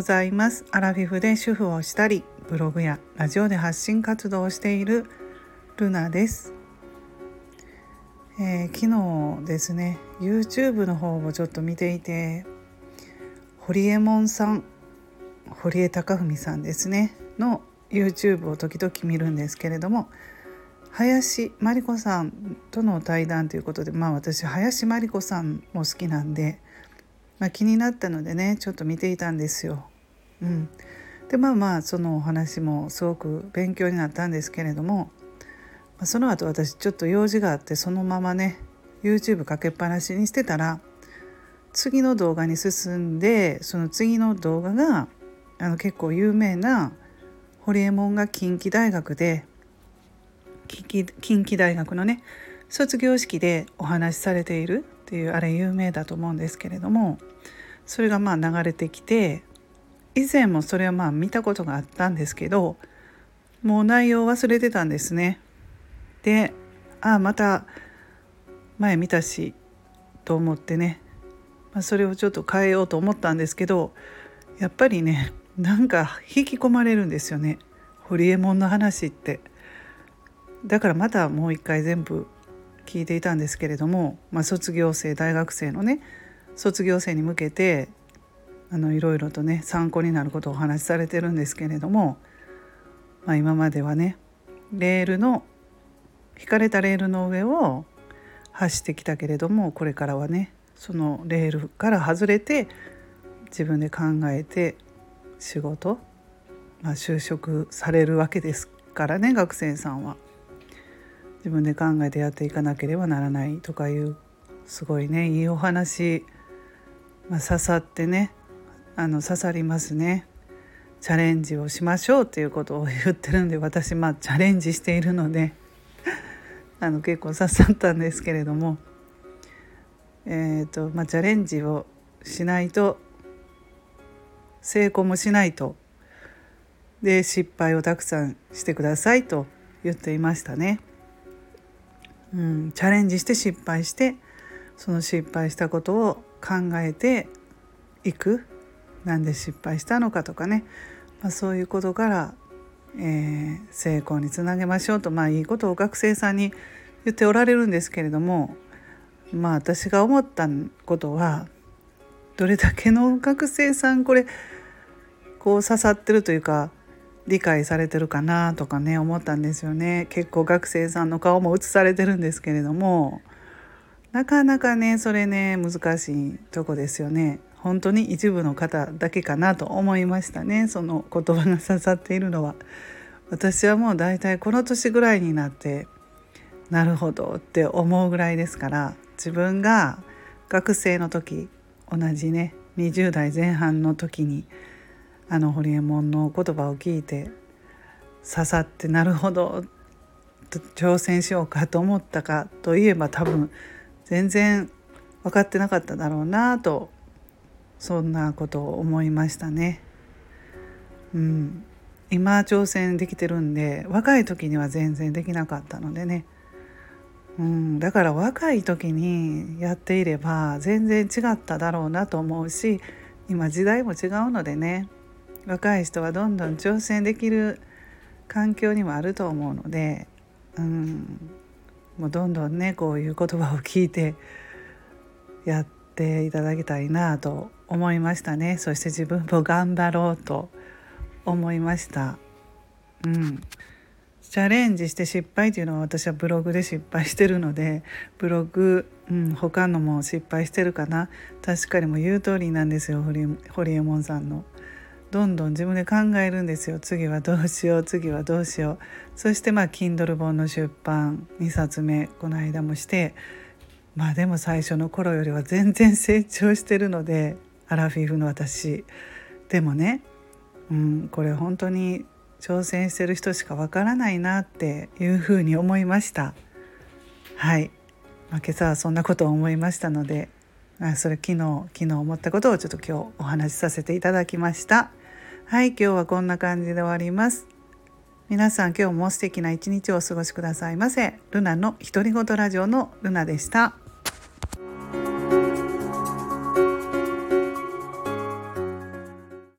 ざいます。アラフィフで主婦をしたり、ブログやラジオで発信活動をしているルナです。昨日ですね、 YouTube の方をちょっと見ていて、ホリエモンさん、堀江貴文さんですねの YouTube を時々見るんですけれども、林真理子さんとの対談ということで、私林真理子さんも好きなんで、気になったのでね、ちょっと見ていたんですよ。でそのお話もすごく勉強になったんですけれども、その後私ちょっと用事があって、そのままね YouTube かけっぱなしにしてたら、次の動画に進んで、その次の動画が結構有名なホリエモンが近畿大学のね卒業式でお話しされているっていう、あれ有名だと思うんですけれども、それが流れてきて、以前もそれは見たことがあったんですけど、もう内容忘れてたんですね。で、また前見たしと思ってね、それをちょっと変えようと思ったんですけど、やっぱりね、なんか引き込まれるんですよね、ホリエモンの話って。だからまたもう一回全部聞いていたんですけれども、大学生のね卒業生に向けていろいろとね参考になることをお話しされてるんですけれども、今まではね引かれたレールの上を走ってきたけれども、これからはねそのレールから外れて自分で考えて仕事、就職されるわけですからね、学生さんは自分で考えてやっていかなければならないとかいう、すごいねいいお話、刺さってね、刺さりますね。チャレンジをしましょうということを言ってるんで、私チャレンジしているので結構刺さったんですけれども、チャレンジをしないと成功もしないと、で失敗をたくさんしてくださいと言っていましたね。チャレンジして失敗して、その失敗したことを考えていく、なんで失敗したのかとかね、そういうことから、成功につなげましょうと、いいことを学生さんに言っておられるんですけれども、私が思ったことは、どれだけの学生さんこれこう刺さってるというか理解されてるかなとかね思ったんですよね。結構学生さんの顔も映されてるんですけれども、なかなかねそれね難しいとこですよね。本当に一部の方だけかなと思いましたね、その言葉が刺さっているのは。私はもうだいたいこの年ぐらいになってなるほどって思うぐらいですから、自分が学生の時、同じね20代前半の時にホリエモンの言葉を聞いて刺さって、なるほど挑戦しようかと思ったかといえば、多分全然分かってなかっただろうなと、そんなことを思いましたね。今挑戦できてるんで、若い時には全然できなかったのでね、だから若い時にやっていれば全然違っただろうなと思うし、今時代も違うのでね、若い人はどんどん挑戦できる環境にもあると思うので、もうどんどんねこういう言葉を聞いてやっていただきたいなと思いましたね。そして自分も頑張ろうと思いました。チャレンジして失敗というのは、私はブログで失敗してるので、ブログ、他のも失敗してるかな。確かにもう言う通りなんですよ、ホリエモンさんの。どんどん自分で考えるんですよ。次はどうしよう、次はどうしよう。そしてKindle 本の出版2冊目この間もして、でも最初の頃よりは全然成長してるので、アラフィフの私でもね、これ本当に挑戦してる人しかわからないなっていうふうに思いました。今朝はそんなことを思いましたので、それ昨日思ったことをちょっと今日お話しさせていただきました。今日はこんな感じで終わります。皆さん今日も素敵な一日をお過ごしくださいませ。ルナの独り言ラジオのルナでした。